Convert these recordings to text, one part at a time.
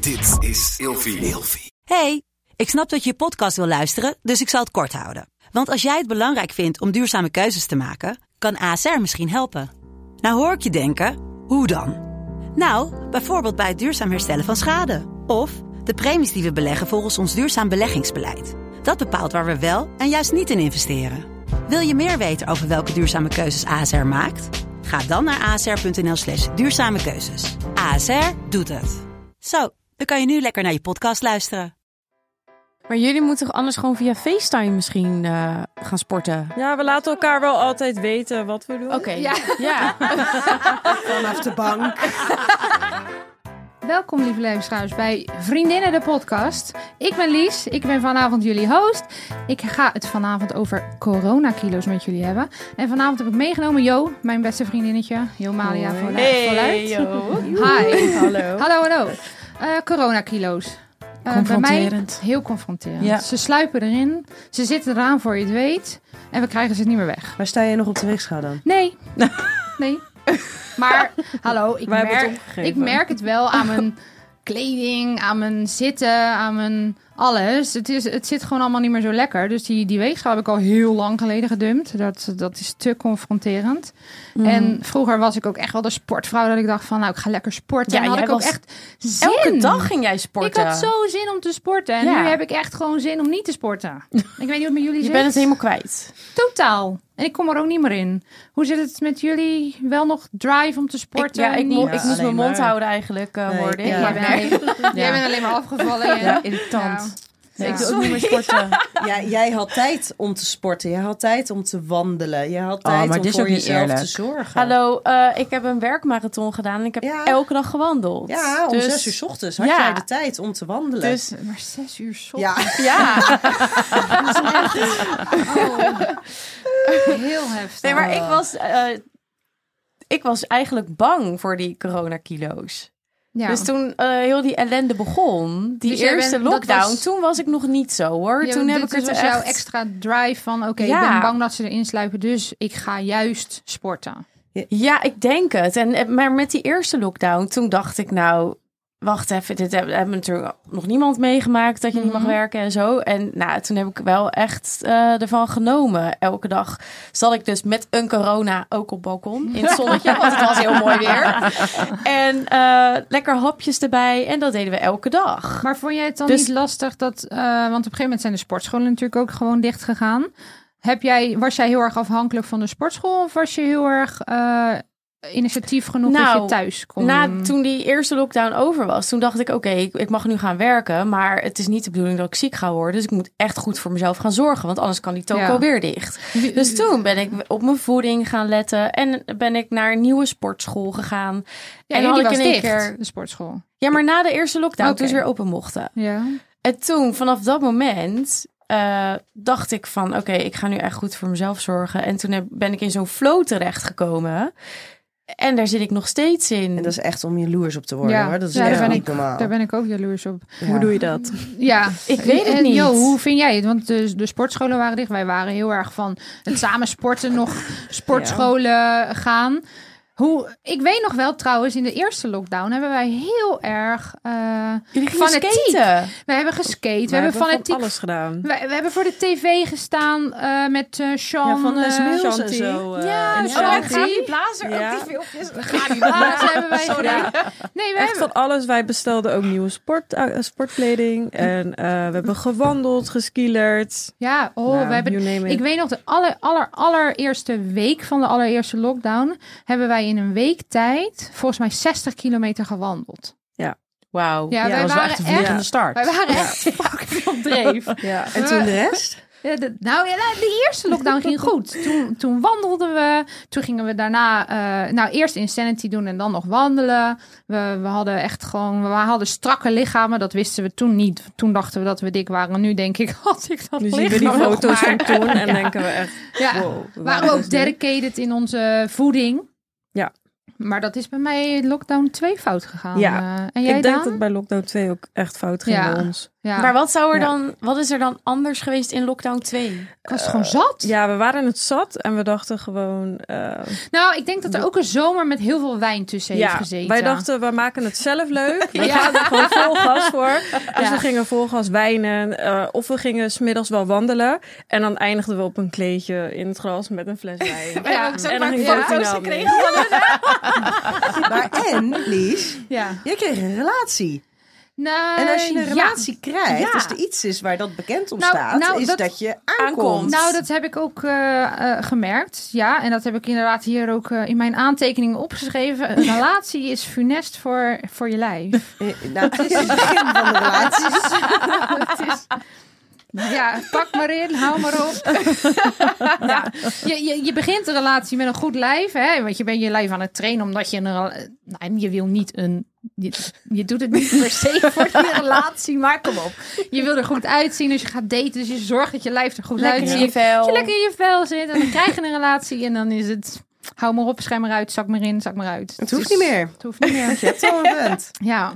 Dit is Ilfie. Hey, ik snap dat je je podcast wil luisteren, dus ik zal het kort houden. Want als jij het belangrijk vindt om duurzame keuzes te maken, kan ASR misschien helpen. Nou hoor ik je denken, hoe dan? Nou, bijvoorbeeld bij het duurzaam herstellen van schade. Of de premies die we beleggen volgens ons duurzaam beleggingsbeleid. Dat bepaalt waar we wel en juist niet in investeren. Wil je meer weten over welke duurzame keuzes ASR maakt? Ga dan naar asr.nl/duurzame keuzes. ASR doet het. Zo, dan kan je nu lekker naar je podcast luisteren. Maar jullie moeten toch anders gewoon via FaceTime misschien gaan sporten? Ja, we laten elkaar wel altijd weten wat we doen. Oké. Ja. Vanaf de bank. Welkom lieve levensschouwers bij Vriendinnen de podcast. Ik ben Lies, ik ben vanavond jullie host. Ik ga het vanavond over coronakilo's met jullie hebben. En vanavond heb ik meegenomen Jo, mijn beste vriendinnetje. Jo Malia voluit. Hey, Jo. Hi. Hallo. Hallo. Coronakilo's. Bij mij heel confronterend. Ja. Ze sluipen erin, ze zitten eraan voor je het weet. En we krijgen ze niet meer weg. Waar sta je nog op de weegschaal dan? Nee. Maar, hallo, Wij hebben het opgegeven. ik merk het wel aan mijn kleding, aan mijn zitten, aan mijn alles. Het zit gewoon allemaal niet meer zo lekker. Dus die weegschaal heb ik al heel lang geleden gedumpt. Dat is te confronterend. En vroeger was ik ook echt wel de sportvrouw dat ik dacht van, nou, ik ga lekker sporten. Ja, en had jij ik ook was echt zin. Elke dag ging jij sporten. Ik had zo zin om te sporten. En Ja. nu heb ik echt gewoon zin om niet te sporten. Ik weet niet hoe het met jullie Je zit. bent het helemaal kwijt. Totaal. En ik kom er ook niet meer in. Hoe zit het met jullie? Wel nog drive om te sporten? Ik Niet? moest mijn mond maar. houden eigenlijk, hoorde ik. ja. Maar Jij bent alleen maar afgevallen. Ja, irritant. Ja. Ik doe ook niet meer sporten. Ja, jij had tijd om te sporten. Je had tijd om te wandelen. Je had tijd maar om dit is voor ook niet jezelf eerlijk. te zorgen. Hallo, ik heb een werkmarathon gedaan en ik heb Ja. elke dag gewandeld. Ja, om Dus- 6 uur 's ochtends had Ja. jij de tijd om te wandelen. Dus Maar 6 uur 's ja, ochtends. ja. Heel heftig. Nee, maar ik was eigenlijk bang voor die coronakilo's. Ja. Dus toen heel die ellende begon, die Dus jij eerste bent- dat lockdown, was- toen was ik nog niet zo hoor. Ja, Toen heb dit ik het was echt... jouw extra drive van, oké, Ja. ik ben bang dat ze erin sluipen, dus ik ga juist sporten. Ja, ik denk het. Maar met die eerste lockdown, toen dacht ik nou, wacht even, dit hebben natuurlijk nog niemand meegemaakt dat je niet mag werken en zo. En nou, toen heb ik wel echt ervan genomen. Elke dag zat ik dus met een corona ook op balkon in het zonnetje, want het was heel mooi weer. En lekker hapjes erbij en dat deden we elke dag. Maar vond jij het dan Dus- niet lastig dat, want op een gegeven moment zijn de sportscholen natuurlijk ook gewoon dicht gegaan. Was jij heel erg afhankelijk van de sportschool of was je heel erg initiatief genoeg dat je thuis kon? Toen die eerste lockdown over was, toen dacht ik, oké, ik mag nu gaan werken, maar het is niet de bedoeling dat ik ziek ga worden. Dus ik moet echt goed voor mezelf gaan zorgen, want anders kan die toko weer dicht. Dus toen ben ik op mijn voeding gaan letten en ben ik naar een nieuwe sportschool gegaan. Ja, en die had ik was in één dicht, keer... de sportschool. Ja, maar na de eerste lockdown, Oké. toen ze weer open mochten. Ja. En toen, vanaf dat moment, dacht ik van, oké, ik ga nu echt goed voor mezelf zorgen. En toen ben ik in zo'n flow terechtgekomen. En daar zit ik nog steeds in. En dat is echt om jaloers op te worden, hoor. Dat is daar echt ben niet normaal. Daar ben ik ook jaloers op. Ja. Hoe doe je dat? Ja, Ik weet het En niet. Jo, hoe vind jij het? Want de sportscholen waren dicht. Wij waren heel erg van het samen sporten, nog sportscholen gaan. Ik weet nog wel trouwens, in de eerste lockdown hebben wij heel erg Jullie gingen fanatiek. skaten. We hebben geskate, we We hebben van fanatiek. alles gedaan. We hebben voor de tv gestaan met Sean. Ja, van Les Mills en Shanti. zo. Ja, en Shanti. Shanti. Blazer, Ja. ook die filmpjes. Gabi Blaas hebben wij gedaan. Nee, we Echt hebben... van alles. Wij bestelden ook nieuwe sportkleding. En we hebben gewandeld, geskielerd. Ja, Nou, we hebben... you name it. Ik weet nog, de allereerste week van de allereerste lockdown hebben wij in een week tijd volgens mij 60 kilometer gewandeld. Wauw. Ja, wij dat was wel waren echt een vliegende echt- start. Wij waren echt fucking veel dreef. Ja. En toen de rest? Ja, de eerste lockdown ging goed. Toen wandelden we. Toen gingen we daarna eerst Insanity doen en dan nog wandelen. We hadden echt gewoon, we hadden strakke lichamen. Dat wisten we toen niet. Toen dachten we dat we dik waren. Nu denk ik, had ik dat Nu lichaam zien we die nog foto's van maar. toen en denken we echt... Ja, wow, we waren ook dus nu. dedicated in onze voeding. Ja. Maar dat is bij mij lockdown 2 fout gegaan. Ja, en jij Ik denk Daan? dat bij lockdown 2 ook echt fout ging Ja. bij ons. Ja. Maar wat is er dan anders geweest in lockdown 2? Ik was gewoon zat. Ja, we waren het zat en we dachten gewoon... Nou, ik denk dat er ook een zomer met heel veel wijn tussen heeft gezeten. Wij dachten, we maken het zelf leuk. We gaan er gewoon vol gas voor. Dus we gingen vol gas wijnen. Of we gingen 's middags wel wandelen. En dan eindigden we op een kleedje in het gras met een fles wijn. Ja, en dan ging foto's gekregen. Maar Lies, Ja. jij kreeg een relatie. Nou, En als je een relatie krijgt, Ja. als er iets is waar dat bekend om staat, is dat je aankomt. Nou, dat heb ik ook gemerkt. Ja, en dat heb ik inderdaad hier ook in mijn aantekeningen opgeschreven. Een relatie is funest voor je lijf. Nou, het is het begin van de relatie. Het is... Ja, pak maar in, hou maar op. Ja, je begint een relatie met een goed lijf, hè? Want je bent je lijf aan het trainen omdat je wil niet een... Je doet het niet per se voor die relatie, maar kom op. Je wil er goed uitzien als je gaat daten, dus je zorgt dat je lijf er goed uitziet. In je vel. Dat je lekker in je vel zit en dan krijg je een relatie en dan is het... Hou maar op, schijn maar uit, zak maar in, zak maar uit. Het hoeft niet meer. Het hoeft niet meer. Je hebt al een vent. Ja.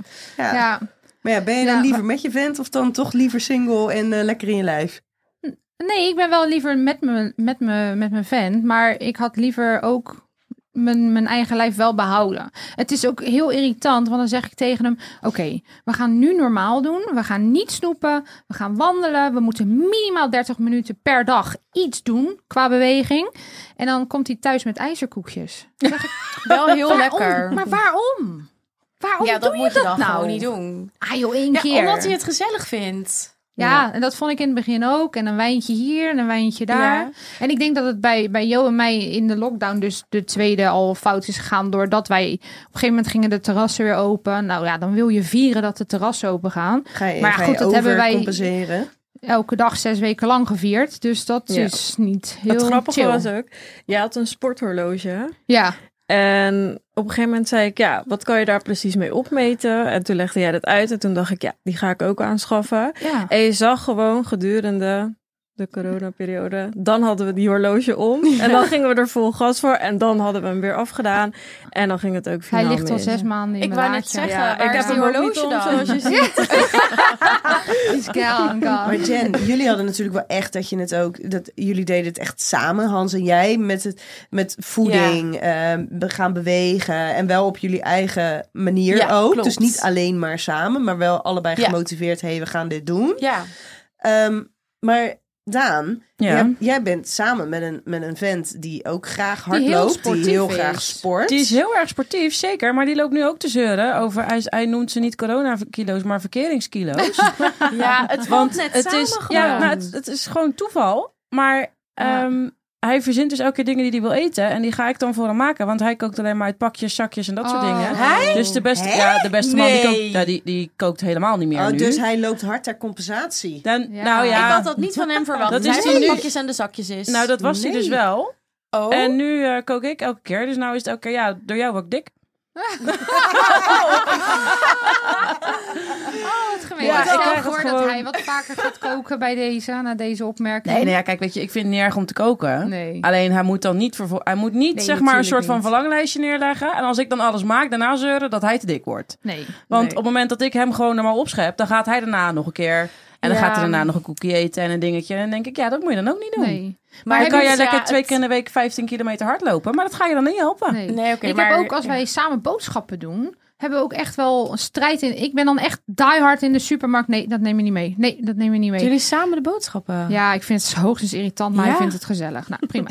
Maar ja, ben je dan liever met je vent of dan toch liever single en lekker in je lijf? Nee, ik ben wel liever met mijn vent. Maar ik had liever ook mijn eigen lijf wel behouden. Het is ook heel irritant, want dan zeg ik tegen hem... Oké, we gaan nu normaal doen. We gaan niet snoepen. We gaan wandelen. We moeten minimaal 30 minuten per dag iets doen qua beweging. En dan komt hij thuis met ijzerkoekjes. Dan zeg ik, Wel heel lekker. Maar waarom? Waarom Ja, dat doe je moet je dat dan nou? gewoon niet doen. Ah joh, één Ja, keer. omdat hij het gezellig vindt. Ja, en dat vond ik in het begin ook. En een wijntje hier en een wijntje daar. Ja. En ik denk dat het bij Jo en mij in de lockdown dus de tweede al fout is gegaan. Doordat wij op een gegeven moment gingen de terrassen weer open. Nou ja, dan wil je vieren dat de terrassen open gaan. Maar goed, dat hebben wij compenseren. elke dag 6 weken lang gevierd. Dus dat is niet heel Het grappige chill. was ook, je had een sporthorloge. Ja, En op een gegeven moment zei ik, ja, wat kan je daar precies mee opmeten? En toen legde jij dat uit en toen dacht ik, ja, die ga ik ook aanschaffen. ja. En je zag gewoon gedurende de coronaperiode, dan hadden we die horloge om. En dan gingen we er vol gas voor. En dan hadden we hem weer afgedaan. En dan ging het ook finaal Hij ligt al mis. 6 maanden in Ik mijn wou net laadje. zeggen, Ja, waar ik is heb die hem ook niet horloge om, dan? zoals je ziet. Die is gone. Maar Jen, jullie hadden natuurlijk wel echt dat je het ook... dat jullie deden het echt samen, Hans en jij, met voeding, we gaan bewegen en wel op jullie eigen manier Ja, ook. klopt. Dus niet alleen maar samen, maar wel allebei Ja. gemotiveerd. Hey, we gaan dit doen. Ja. Maar Daan, Ja. jij bent samen met een vent die ook graag Die heel hardloopt, die sportief heel is. graag sport. Die is heel erg sportief, zeker. Maar die loopt nu ook te zeuren over... Hij noemt ze niet corona-kilo's, maar verkeringskilo's. Ja, het Want valt net het samen is, gewoon. ja, nou, het is gewoon toeval. Maar hij verzint dus elke keer dingen die hij wil eten. En die ga ik dan voor hem maken. Want hij kookt alleen maar uit pakjes, zakjes en dat soort dingen. Hij? Dus de beste, Hè? de beste man die Nee. kookt, die kookt helemaal niet meer nu. Dus hij loopt hard ter compensatie. Dan, Ja. Nou ja, Ik had dat niet van hem verwacht. Dat Dat is hij hij de nu. pakjes en de zakjes is. nou dat was hij dus wel. Oh. En nu kook ik elke keer. Dus nou is het elke keer, ja, door jou word ik dik. Wat gemeen. Ja, Ik ik stel krijg het voor dat gewoon- hij wat vaker gaat koken na deze opmerking. Nee, ja, kijk, weet je, ik vind het niet erg om te koken. Nee. Alleen hij moet dan niet, hij moet niet Nee, zeg maar een natuurlijk soort van niet. verlanglijstje neerleggen. En als ik dan alles maak, daarna zeuren dat hij te dik wordt. Nee. Want Nee. op het moment dat ik hem gewoon normaal opschep, dan gaat hij daarna nog een keer. En dan Ja. gaat hij daarna nog een koekje eten en een dingetje. En dan denk ik, ja, dat moet je dan ook niet doen. Nee. Maar dan heb kan je jij dus, lekker ja, 2 het- keer in de week 15 kilometer hardlopen. Maar dat ga je dan niet helpen. Nee. Nee, oké, ik maar... heb ook, als wij samen boodschappen doen, hebben we ook echt wel een strijd in. Ik ben dan echt diehard in de supermarkt. Nee, dat neem je niet mee. Nee, dat neem je niet mee. Jullie samen de boodschappen? Ja, ik vind het hoogstens irritant, maar Ja? hij vindt het gezellig. Nou, prima.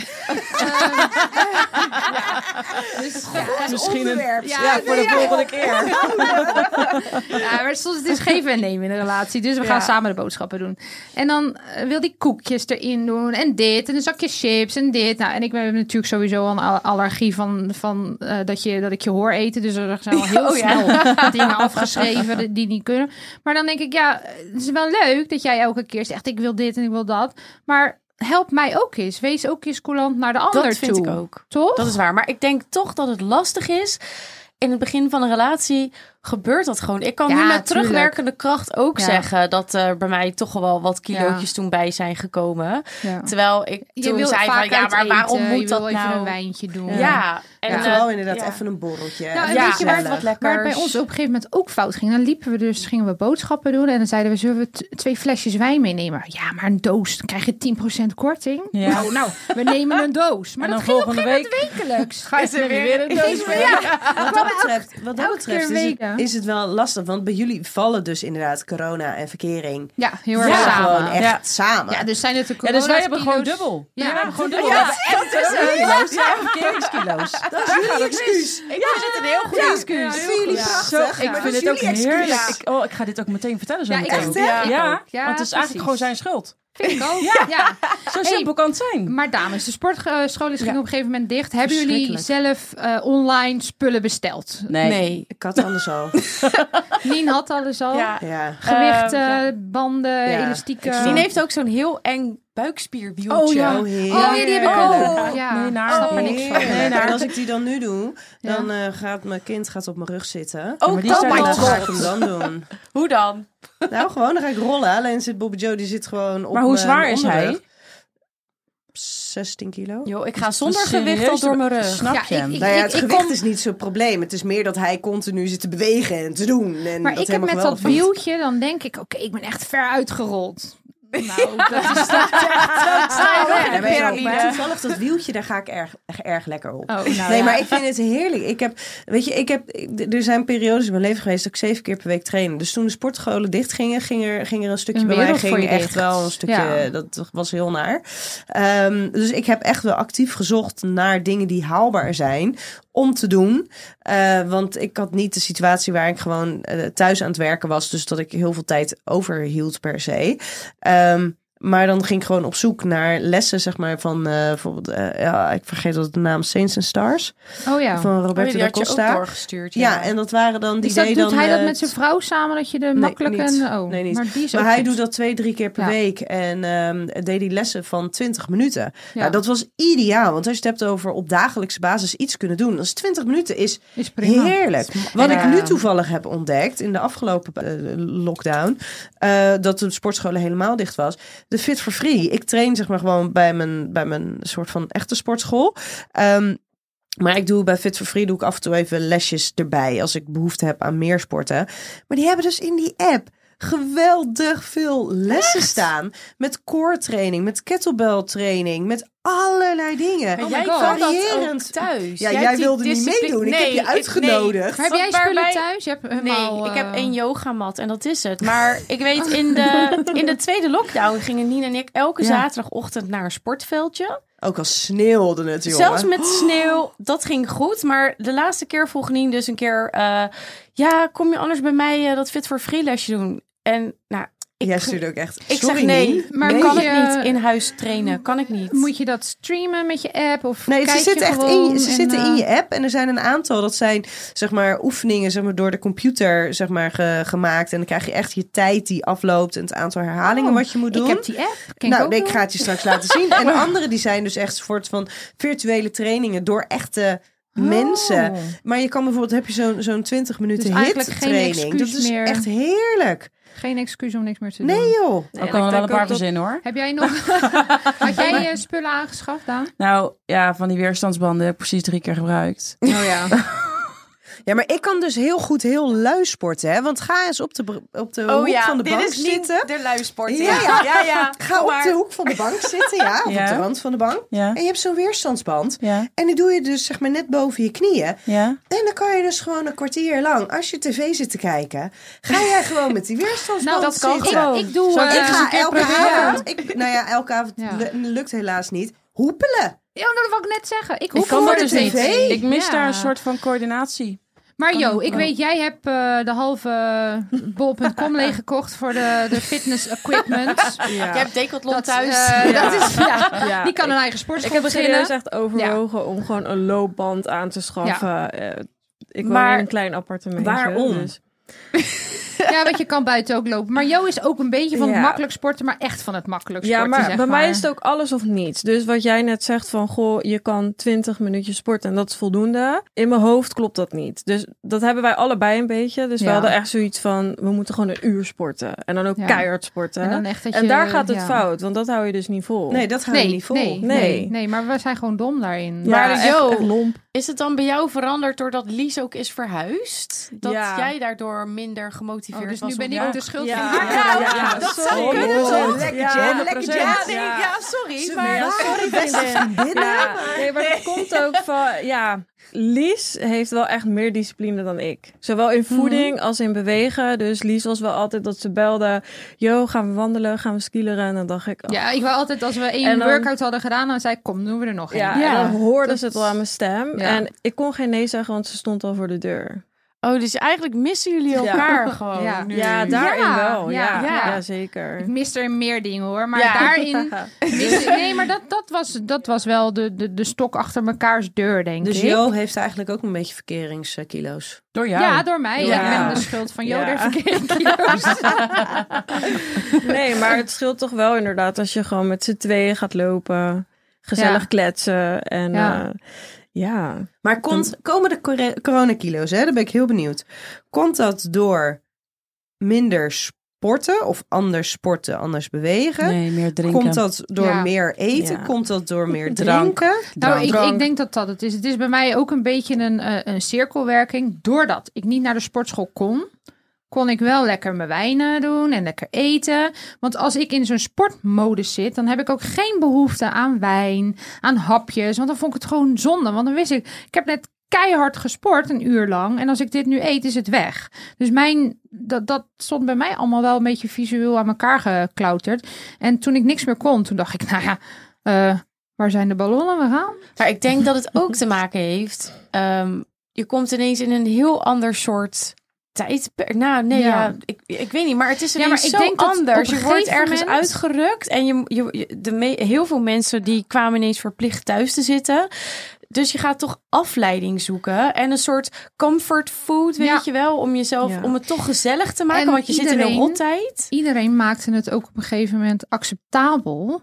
Dus, Misschien onderwerp. ja, voor de volgende keer. ja, maar soms het is geven en nemen in een relatie. Dus we gaan samen de boodschappen doen. En dan wil die koekjes erin doen. En dit. En een zakje chips en dit. Nou, en ik heb natuurlijk sowieso al een allergie van dat ik je hoor eten. Dus er zijn al heel snel dingen afgeschreven die niet kunnen. Maar dan denk ik, ja, het is wel leuk dat jij elke keer zegt, ik wil dit en ik wil dat. Maar help mij ook eens. Wees ook eens coulant naar de ander Dat vind toe. ik ook. Toch? Dat is waar. Maar ik denk toch dat het lastig is in het begin van een relatie gebeurt dat gewoon. Ik kan Ja, nu met tuurlijk. terugwerkende kracht ook Ja. zeggen dat er bij mij toch wel wat kilootjes toen bij zijn gekomen. Ja. Terwijl ik Je toen wil zei vaak van, maar waarom eten, moet je dat wil even nou? een wijntje doen. Ja. En En Ja. gewoon inderdaad ja. even een borreltje. Nou, en Ja, weet je waar, wat lekkers. waar het bij ons op een gegeven moment ook fout ging? Dan gingen we boodschappen doen en dan zeiden we, zullen we 2 flesjes wijn meenemen? Ja, maar een doos, dan krijg je 10% korting. Ja. Nou, we nemen een doos. Maar En dat dan ging op een volgende gegeven moment wekelijks. Ga je weer een doos mee? Wat dat elke betreft keer weken. is het wel lastig. Want bij jullie vallen dus inderdaad corona en verkering. Ja, heel erg Ja, samen. gewoon echt Ja. samen. Ja, dus zijn het de Ja, dus wij hebben gewoon coronakilo's. dubbel. Ja. We hebben gewoon dubbel. Ja, We hebben en coronakilo's en verkeringskilo's. Dat is jullie excuus. Ik vind het een heel goed excuus. Dat vinden jullie prachtig. Ik Maar vind dat het ook is jullie heerlijk. excuus. Ik ga dit ook meteen vertellen zo Ja, meteen. echt, hè? Ja, Ik Ja, want het is precies. eigenlijk gewoon zijn schuld. Vind ik ook. Ja. Zo simpel kan het zijn. Maar dames, de sportscholen gingen op een gegeven moment dicht. Hebben jullie Verschrikkelijk. zelf online spullen besteld? Nee. Ik had anders al. Nien had alles al. Ja. Ja. Gewichten, banden, Ja. elastieken. Nien heeft ook zo'n heel eng buikspierwieltje. Oh, ja. heerlijk. Oh ja, die heb ik ook. Ja, Nee, naar. snap er niks van. Heerlijk. naar. En als ik die dan nu doe, Ja. dan gaat mijn kind op mijn rug zitten. Oh, maar die oh zijn my wel- Wat ga ik god. hem dan doen? Hoe dan? Nou, gewoon, dan ga ik rollen. Alleen zit Bobby Joe, die zit gewoon op Maar hoe mijn zwaar is onderrug. hij? 16 kilo. Joh, ik ga zonder Serieus? gewicht al door mijn rug. Snap Ja, je hem? ik- Nou ja, het gewicht kom- is niet zo'n probleem. Het is meer dat hij continu zit te bewegen en te doen. En Maar dat ik heb met helemaal dat geweldig vindt. wieltje, dan denk ik, oké, ik ben echt ver uitgerold. Nou, dat is echt Ja, maar piramide. toevallig dat wieltje, daar ga ik erg lekker op. Oh, nou Nee, ja. maar ik vind het heerlijk. Er zijn periodes in mijn leven geweest dat ik 7 keer per week trainde. Dus toen de sportscholen dicht gingen, ging er een stukje Een bij mij wereld voor ging je echt dicht. wel een stukje. Ja. Dat was heel naar. Dus ik heb echt wel actief gezocht naar dingen die haalbaar zijn om te doen. Want ik had niet de situatie waar ik gewoon thuis aan het werken was. Dus dat ik heel veel tijd overhield per se. Maar dan ging ik gewoon op zoek naar lessen, zeg maar, van bijvoorbeeld, ik vergeet wat de naam, Saints and Stars. Oh ja. Van Roberto Die da had je ook Costa. doorgestuurd. Ja, en dat waren dan die Is dat, deed doet dan, hij dat met zijn vrouw samen, dat je de makkelijk niet. en... Oh, Nee, niet. maar die is Maar ook hij goed. doet dat 2-3 keer per Ja. week. En deed die lessen van 20 minuten. Ja. Nou, dat was ideaal. Want als je het hebt over op dagelijkse basis iets kunnen doen. Dan is 20 minuten is Is prima. heerlijk. Wat Ja. ik nu toevallig heb ontdekt in de afgelopen lockdown. Dat de sportscholen helemaal dicht was. De Fit for Free. Ik train zeg maar gewoon bij mijn soort van echte sportschool. Maar ik doe bij Fit for Free doe ik af en toe even lesjes erbij. Als ik behoefte heb aan meer sporten. Maar die hebben dus in die app geweldig veel lessen staan. Met core training, met kettlebell training, met allerlei dingen. Maar Oh jij my God. kan dat Variërend. ook thuis. Ja, hebt jij die wilde niet discipline- meedoen. Ik heb je uitgenodigd. Maar heb jij Want spullen waarbij- thuis? Je hebt helemaal, Nee, ik heb één yogamat en dat is het. Maar ik weet, in de tweede lockdown gingen Nien en ik elke Ja. zaterdagochtend naar een sportveldje. Ook al sneeuwde het, jongen. Zelfs met sneeuw, dat ging goed. Maar de laatste keer vroeg Nien dus een keer... kom je anders bij mij dat Fit for Free lesje doen? En nou, Jij stuurde ook echt. ik Sorry, zeg nee, Nien. Maar maar moet kan je- ik niet in huis trainen. Kan ik niet. Moet je dat streamen met je app? Of Nee, kijk ze zitten je echt gewoon in, ze en, zitten in je app. En er zijn een aantal, dat zijn zeg maar oefeningen zeg maar, door de computer zeg maar, gemaakt. En dan krijg je echt je tijd die afloopt en het aantal herhalingen Oh, wat je moet doen. Ik heb die app. Ken Nou, ook ik doen. ga het je straks laten zien. En andere die zijn dus echt een soort van virtuele trainingen door echte mensen. Oh. Maar je kan bijvoorbeeld, heb je zo'n 20 minuten Dus eigenlijk hit geen training. Dat excuus is meer. echt heerlijk. Geen excuus om niks meer te doen. Nee joh. Ook en al ik wel denk een paar ook dat- verzinnen hoor. Heb jij nog... Had jij spullen aangeschaft, Daan? Nou ja, van die weerstandsbanden heb ik precies 3 keer gebruikt. Oh ja. Ja, maar ik kan dus heel goed heel lui sporten. Hè? Want ga eens op de hoek van de bank zitten. de luisport. Ja. ja. Ga Kom op maar. de hoek van de bank zitten, ja. Of Ja. op de rand van de bank. Ja, En je hebt zo'n weerstandsband. ja, En die doe je dus zeg maar net boven je knieën. ja. En dan kan je dus gewoon een kwartier lang, als je tv zit te kijken, ga jij gewoon met die weerstandsband Nou, dat kan zitten. gewoon. Ik doe... Ik eens een ga keer elke proberen. avond, elke avond Ja. lukt helaas niet, hoepelen. Ja, dat wou ik net zeggen. Ik kan hoef voor voor de de tv. tv. Ik mis Ja. daar een soort van coördinatie. Maar Kan Jo, ook ik wel. weet, jij hebt de halve bol.com leeggekocht voor de fitness equipment. Je hebt Decathlon Dat, thuis. dat is, ja, Ja, die kan een eigen ik sportschool heb beginnen. serieus echt overwogen om gewoon een loopband aan te schaffen. Ik woon Maar in een klein appartementje. waarom? Dus. Ja, Ja, want je kan buiten ook lopen. Maar Jo is ook een beetje van het Ja. makkelijk sporten, maar echt van het makkelijk sporten. Ja, maar zeg bij mij is het ook alles of niets. Dus wat jij net zegt van, goh, je kan 20 minuutjes sporten en dat is voldoende. In mijn hoofd klopt dat niet. Dus dat hebben wij allebei een beetje. Dus we Ja. hadden echt zoiets van, we moeten gewoon 1 uur sporten. En dan ook Ja. keihard sporten. En dan echt dat En je- daar gaat het ja. fout, want dat hou je dus niet vol. Nee, dat hou je niet vol. Nee, maar we zijn gewoon dom daarin. Ja, Maar echt- Jo, echt lomp. is het dan bij jou veranderd doordat Lies ook is verhuisd? Dat Ja. jij daardoor minder gemotiveerd Oh, dus was? nu ben om ik jou- ook de schuld Ja, van haar. ja, dat sorry. zou kunnen, toch? Lekker Ja, jam, 100%. lekker jam. Ja, sorry. Maar Ja, sorry, vriendin. Ja, nee, maar dat komt ook van... Ja, Lies heeft wel echt meer discipline dan ik. Zowel in voeding als in bewegen. Dus Lies was wel altijd dat ze belde... Yo, gaan we wandelen? Gaan we skileren? En dan dacht ik... oh. Ja, ik wou altijd als we En één dan- workout hadden gedaan, dan zei ik, kom, doen we er nog Ja, één. Ja, en dan hoorde dat- ze het al aan mijn stem. Ja. En ik kon geen nee zeggen, want ze stond al voor de deur. Oh, dus eigenlijk missen jullie elkaar gewoon Ja. nu. Ja, daarin Ja, wel. ja, Ja, ja. ja, zeker. Ik miste er meer dingen hoor, maar Ja. daarin... Nee, maar dat was wel de stok achter mekaars deur, denk Dus ik. Jo heeft eigenlijk ook een beetje verkeringskilo's. Door jou. Ja, door mij. Ja. Ik ben de schuld van Jo, Ja. daar verkeerde kilo's. Nee, maar het scheelt toch wel inderdaad als je gewoon met z'n tweeën gaat lopen. Gezellig Ja. kletsen. En Ja. ja. Maar komen de coronakilo's, hè? Daar ben ik heel benieuwd. Komt dat door minder sporten of anders sporten, anders bewegen? Nee, meer drinken. Komt dat door Ja. meer eten? Ja. Komt dat door meer Drank. drinken? Nou, Drank. ik denk dat dat het is. Het is bij mij ook een beetje een cirkelwerking. Doordat ik niet naar de sportschool kon ik wel lekker mijn wijnen doen en lekker eten. Want als ik in zo'n sportmodus zit, dan heb ik ook geen behoefte aan wijn, aan hapjes. Want dan vond ik het gewoon zonde. Want dan wist ik heb net keihard gesport 1 uur lang. En als ik dit nu eet, is het weg. Dus dat stond bij mij allemaal wel een beetje visueel aan elkaar geklauterd. En toen ik niks meer kon, toen dacht ik, nou ja, waar zijn de ballonnen? We gaan. Maar ik denk dat het ook te maken heeft. Je komt ineens in een heel ander soort tijdperk. Nou, nee, ja. Ik weet niet. Maar het is Ja, ineens maar ik zo denk dat anders. op een Je wordt gegeven ergens moment- uitgerukt. En heel veel mensen die kwamen ineens verplicht thuis te zitten. Dus je gaat toch afleiding zoeken. En een soort comfort food, weet Ja. je wel. Om jezelf, Ja. om het toch gezellig te maken. En Want je zit in een iedereen- rottijd. Iedereen maakte het ook op een gegeven moment acceptabel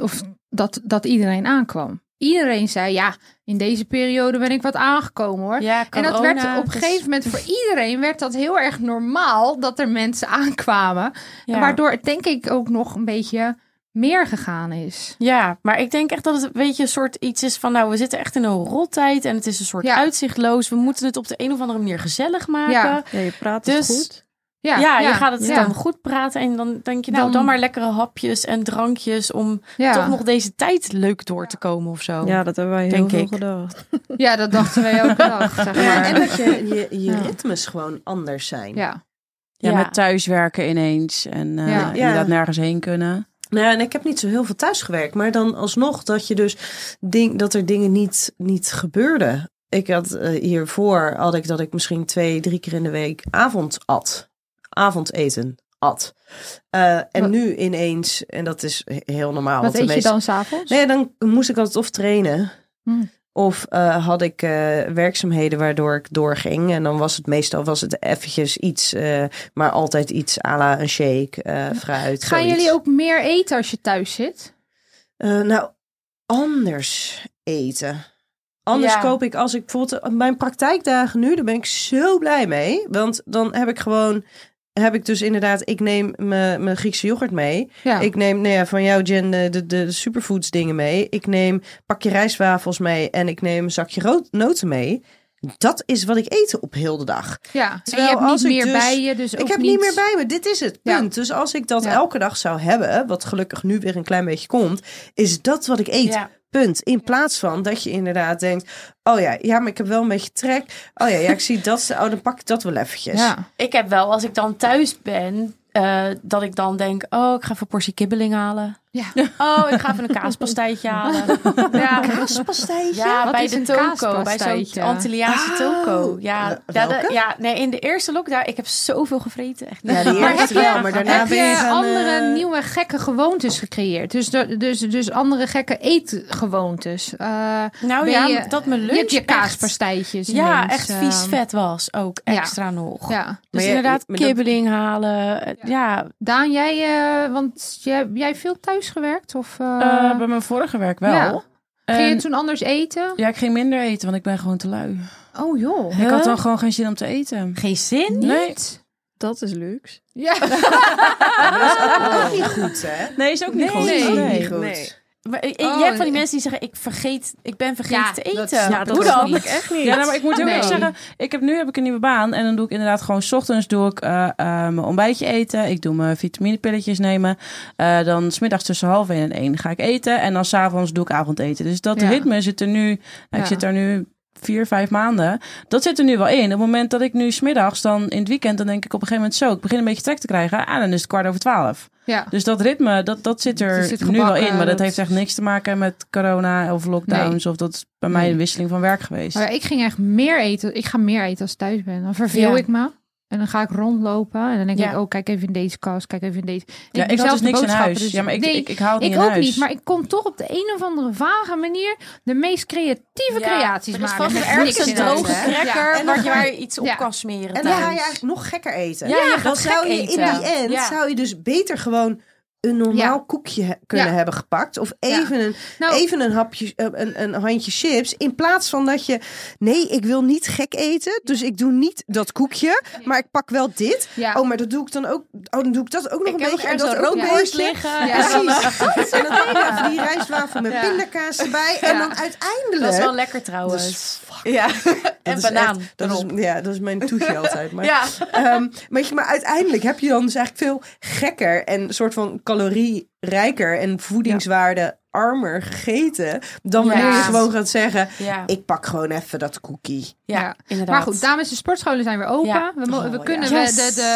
dat iedereen aankwam. Iedereen zei, ja, in deze periode ben ik wat aangekomen hoor. Ja, En dat corona, werd op een dus- gegeven moment voor iedereen werd dat heel erg normaal dat er mensen aankwamen. Ja. En waardoor het denk ik ook nog een beetje meer gegaan is. Ja, maar ik denk echt dat het een beetje een soort iets is van... nou, we zitten echt in een rottijd en het is een soort Ja. uitzichtloos. We moeten het op de een of andere manier gezellig maken. Ja. Ja, je praat Dus- het goed. Ja, je gaat het ja. dan goed praten en dan denk je... nou, Dan- dan maar lekkere hapjes en drankjes... om Ja. toch nog deze tijd leuk door te komen of zo. Ja, dat hebben wij heel Denk veel ik. gedacht. Ja, dat dachten wij elke dag, zeg Ja, maar. en dat je Ja. ritmes gewoon anders zijn. Ja. Ja, Ja. met thuiswerken ineens. En Ja. inderdaad nergens heen kunnen. Nou ja, en ik heb niet zo heel veel thuis gewerkt. Maar dan alsnog dat je dus dat er dingen niet gebeurden. Ik had hiervoor had ik dat ik misschien 2-3 keer in de week avondeten at. En nu ineens, en dat is heel normaal. Wat want de eet je meeste- dan s'avonds? Nee, dan moest ik altijd of trainen. Hmm. Of had ik werkzaamheden waardoor ik doorging. En dan was het meestal eventjes iets, maar altijd iets à la een shake, fruit. Gaan zoiets. jullie ook meer eten als je thuis zit? Nou, anders eten. Anders Ja. koop ik als ik bijvoorbeeld mijn praktijkdagen nu, daar ben ik zo blij mee. Want dan heb ik dus inderdaad, ik neem mijn Griekse yoghurt mee. Ja. Ik neem van jou, Jen, de superfoods dingen mee. Ik neem pakje rijstwafels mee en ik neem een zakje noten mee. Dat is wat ik eet op heel de dag. Ja, en Terwijl je hebt als niet ik meer dus- bij je, dus ook Ik heb niet meer bij me. Dit is het Ja. punt. Dus als ik dat Ja. elke dag zou hebben, wat gelukkig nu weer een klein beetje komt, is dat wat ik eet. Ja. Punt. In plaats van dat je inderdaad denkt, oh ja, maar ik heb wel een beetje trek. Oh ja, ik zie dat. Oh, dan pak ik dat wel eventjes. Ja. Ik heb wel, als ik dan thuis ben... dat ik dan denk, oh, ik ga even een portie kibbeling halen. Oh, ik ga even een kaaspastijtje halen. Ja. Kaaspastijtje? Ja, Wat bij is de een toko. Bij kaaspastijtje? zo'n Antilliaanse toko. Ja, welke? nee, in de eerste lockdown, ik heb zoveel gevreten. Echt niet. Ja, die eerste wel, maar daarna Heb ben je je gaan... andere nieuwe gekke gewoontes gecreëerd? Dus andere gekke eetgewoontes? Nou Ben ja, je- dat mijn Je lunch hebt je echt- kaaspastijtjes. Ja, ineens, echt vies vet was ook ja. extra nog. Ja. Dus Maar inderdaad, maar dat- kibbeling halen. Ja, Daan, want jij veel thuis gewerkt? Of Bij mijn vorige werk wel. Ja. ging je En- toen anders eten? Ja, ik ging minder eten, want ik ben gewoon te lui. Oh joh. Ik had dan gewoon geen zin om te eten. geen zin. Nee, Dat is luxe. Ja. ook niet goed, hè? nee, is ook niet goed. Nee, Nee. niet goed. Nee. Maar, je Oh, hebt van die nee. mensen die zeggen, ik ben vergeten Ja, te dat eten. snap ik Hoe ook dan? niet. echt niet. Ja, nou, maar ik moet heel erg Nee. zeggen, nu heb ik een nieuwe baan en dan doe ik inderdaad gewoon 's ochtends doe ik mijn ontbijtje eten. Ik doe mijn vitaminepilletjes nemen. Dan 's middags tussen 12:30 en 1 ga ik eten en dan 's avonds doe ik avondeten. Dus dat Ja. ritme zit er nu, ik Ja. zit daar nu 4-5 maanden. Dat zit er nu wel in. Op het moment dat ik nu 's middags dan in het weekend, dan denk ik op een gegeven moment zo, ik begin een beetje trek te krijgen. En dan is het 12:15. Ja. Dus dat ritme, dat zit er Het zit nu wel gebakken, in. Maar dat dat- heeft echt niks te maken met corona of lockdowns. Of dat is bij mij Nee. een wisseling van werk geweest. Maar ik ging echt meer eten. Ik ga meer eten als ik thuis ben. Dan verveel Ja. ik me. En dan ga ik rondlopen. En dan denk Ja. ik, kijk even in deze kast. Kijk even in deze. Ja, ik had dus niks in huis. Ja, maar ik hou het niet ik in ook huis. niet. Maar ik kon toch op de een of andere vage manier de meest creatieve creaties Er is maken. vast Met ergens niks een in huis, droge hè? cracker En dan waar ga je je- iets op Ja. kan smeren En dan ga je thuis. eigenlijk nog gekker eten. Ja, je dan gaat zou gek je in eten. die end Ja. zou je dus beter gewoon een normaal koekje kunnen Ja. hebben gepakt. Of even, Nou, even een hapje, een handje chips. In plaats van dat je, nee, ik wil niet gek eten. Dus ik doe niet dat koekje. Maar ik pak wel dit. ja. Oh, maar dat doe ik dan ook. Oh, dan doe ik dat ook nog Ik een heb ook beetje. En ergens dat een ook een rookworst beetje. liggen. Ja. Precies. En dan doe ik even die rijstwafel met Ja. pindakaas erbij. En dan uiteindelijk... Dat is wel lekker trouwens. Ja. En is banaan echt- dat erop. is, ja, dat is mijn toetje altijd. Maar, Ja. weet je, maar uiteindelijk heb je dan dus eigenlijk veel gekker en een soort van calorierijker en voedingswaarde armer gegeten dan wanneer Ja. je gewoon gaat zeggen, Ja. ik pak gewoon even dat cookie. Ja, inderdaad. Maar goed, dames, de sportscholen zijn weer open. Ja. We kunnen, ja.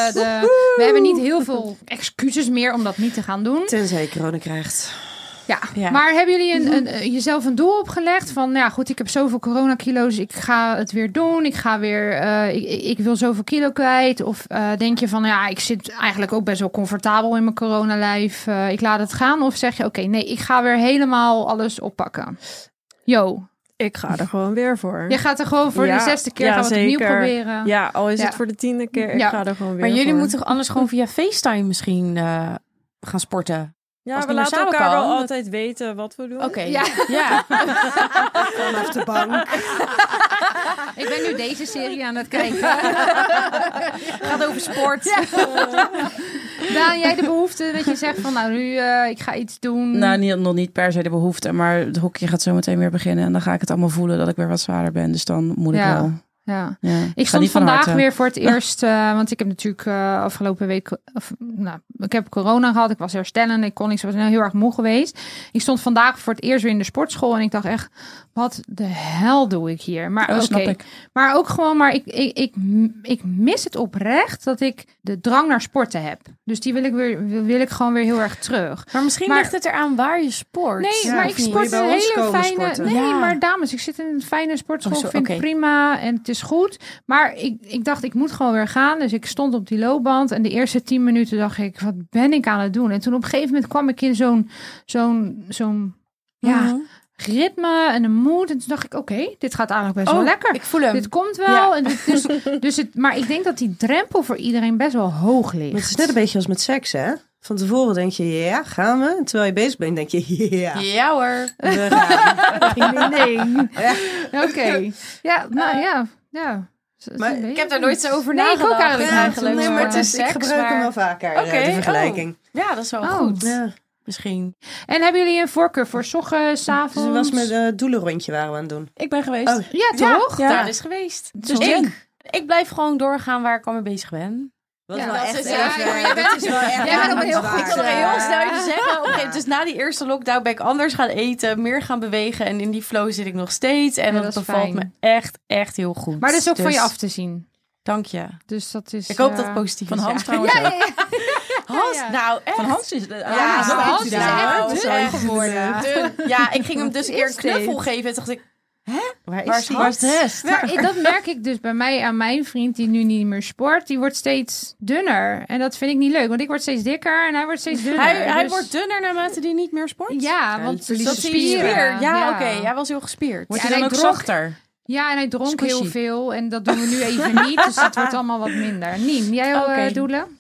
we hebben niet heel veel excuses meer om dat niet te gaan doen. Tenzij je corona krijgt. Ja. Ja. Maar hebben jullie jezelf een doel opgelegd van, nou ja, goed, ik heb zoveel coronakilo's, ik ga het weer doen, ik ga weer, ik wil zoveel kilo kwijt? Of denk je van, ja, ik zit eigenlijk ook best wel comfortabel in mijn coronalijf, ik laat het gaan? Of zeg je, oké, nee, ik ga weer helemaal alles oppakken? Jo, Ik ga er gewoon weer voor. je gaat er gewoon voor Ja, de 6e keer ja, gaan we het opnieuw zeker. proberen. Ja, al is Ja. het voor de 10e keer. Ik Ja. ga er gewoon weer Maar jullie voor. moeten toch anders gewoon via FaceTime misschien gaan sporten? Ja, als we het niet laten meer elkaar samen wel kan. altijd weten wat we doen. Oké. Ja. Ja. Vanaf de bank. Ik ben nu deze serie aan het kijken. Gaat over sport. Daan, jij de behoefte dat je zegt van, nou nu, ik ga iets doen. Nou, nog niet per se de behoefte, maar het hokje gaat zo meteen weer beginnen. En dan ga ik het allemaal voelen dat ik weer wat zwaarder ben. Dus dan moet ik Ja. wel. Ja. Ja. Ik Ga stond niet van vandaag harte. weer voor het eerst, want ik heb natuurlijk afgelopen week, ik heb corona gehad, ik was herstellend, ik was heel erg moe geweest. Ik stond vandaag voor het eerst weer in de sportschool en ik dacht echt, wat de hel doe ik hier? Maar Oh, oké, snap ik. maar ook gewoon, maar ik mis het oprecht dat ik de drang naar sporten heb. Dus die wil ik gewoon weer heel erg terug. Maar misschien Maar- ligt het eraan waar je sport. Nee, Ja, maar of ik niet? sport Moet je in bij een ons hele komen fijne... sporten? Nee, Ja. maar dames, ik zit in een fijne sportschool. Oh, zo, Ik vind oké. het prima en het is goed. Maar ik dacht, ik moet gewoon weer gaan. Dus ik stond op die loopband en de eerste 10 minuten dacht ik, wat ben ik aan het doen? En toen op een gegeven moment kwam ik in zo'n Mhm. ritme en een mood. En toen dacht ik, oké, dit gaat eigenlijk best wel lekker. Ik voel hem. Dit komt wel. Ja. En maar ik denk dat die drempel voor iedereen best wel hoog ligt. Maar het is net een beetje als met seks, hè? Van tevoren denk je, ja, gaan we? En terwijl je bezig bent, denk je, ja, Ja hoor. we gaan. Nee. Ja. Oké. Ja, nou ja. Maar Ik heb daar nooit zo over Nee, ik ook nagedacht. eigenlijk Nee, maar het is, ik Seks, gebruik hem wel vaker, Oké, de vergelijking. Ja, dat is wel Oh. goed. Ja. Misschien. En hebben jullie een voorkeur voor 's ochtends, 's Dus avonds? het was met een doelenrondje waren we aan het doen. Ik ben geweest. Oh. Ja, toch? Ja. Daar is geweest. Dus ik blijf gewoon doorgaan waar ik al mee bezig ben. Dat Ja, is wel dat echt is- ja, even... maar jij bent- dat is wel echt jij bent ook heel zwaar. Ik zal er heel snel even zeggen. Op een gegeven moment, dus na die eerste lockdown ben ik anders gaan eten, meer gaan bewegen. En in die flow zit ik nog steeds. En Ja, dat dat is bevalt fijn. me echt heel goed. Maar dat is ook van Dus je af te zien. Dank je. Dus dat is... Ik hoop dat het positief Van is. Hans ja. trouwens ook. Hans, ja. nou echt. Van Hans is het. Hans is echt dun geworden. Dun. Ja, ik ging hem dus een keer een steeds. knuffel geven en dacht ik, Waar Waar is is die? Waar is de rest? Maar dat merk ik dus bij mij aan mijn vriend die nu niet meer sport. Die wordt steeds dunner. En dat vind ik niet leuk, want ik word steeds dikker en hij wordt steeds dunner. hij Dus- wordt dunner naarmate die niet meer sport? Ja, want verliest dat spieren. spieren. Ja, oké. Hij was heel gespierd. Wordt Ja, hij dan en ook hij dronk- zachter? Ja, en hij dronk Squishy. heel veel. En dat doen we nu even niet. Dus het wordt allemaal wat minder. Nien, jij Oké. doelen?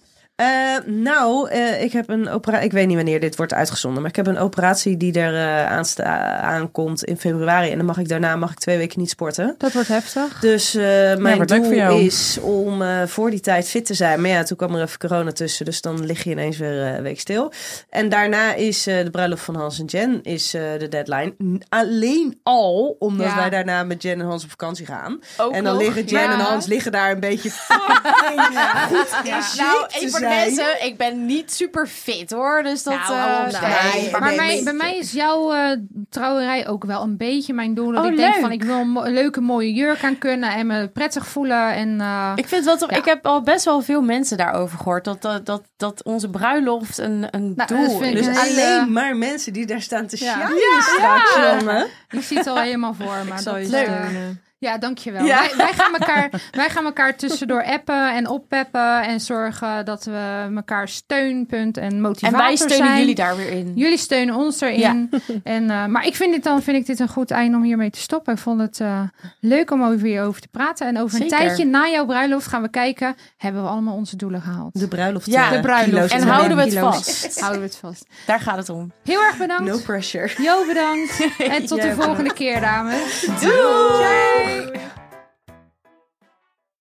Ik heb een operatie. Ik weet niet wanneer dit wordt uitgezonden, maar ik heb een operatie die er aankomt in februari. En dan mag ik 2 weken niet sporten. Dat wordt heftig. Dus mijn wordt leuk voor doel jou. is om voor die tijd fit te zijn. Maar ja, toen kwam er even corona tussen. Dus dan lig je ineens weer een week stil. En daarna is de bruiloft van Hans en Jen is de deadline. Alleen al omdat Ja. wij daarna met Jen en Hans op vakantie gaan. Ook En dan nog. liggen Jen Ja. en Hans liggen daar een beetje fucking goed in shape Nou, te even voor de zijn. mensen, ik ben niet super fit hoor. Dus dat... nee. Maar Nee, bij mij is jouw trouwerij ook wel een beetje mijn doel. Dat Oh, ik denk leuk. van, ik wil een leuke mooie jurk aan kunnen en me prettig voelen. En, Ik vind wel toch, Ja. ik heb al best wel veel mensen daarover gehoord. Dat onze bruiloft een Nou, dat doel vind ik is. Dus een hele- alleen maar mensen die daar staan te Ja. shinen straks, jongen. ik zie het al helemaal voor me. zal je Dat, steunen. ja, dankjewel. Ja. Wij gaan elkaar tussendoor appen en oppeppen en zorgen dat we elkaar steunpunt en En motivator wij steunen zijn. jullie daar weer in. Jullie steunen ons erin. En, maar vind ik dit een goed eind om hiermee te stoppen. Ik vond het leuk om over te praten. En over Zeker. een tijdje na jouw bruiloft gaan we kijken, hebben we allemaal onze doelen gehaald? De bruiloft. Ja, de bruiloft. kilo's En te houden we het nemen. vast. Houden we het vast. Daar gaat het om. Heel erg bedankt. No pressure. Jo, bedankt. En tot de Jij volgende keer, dames. Doei!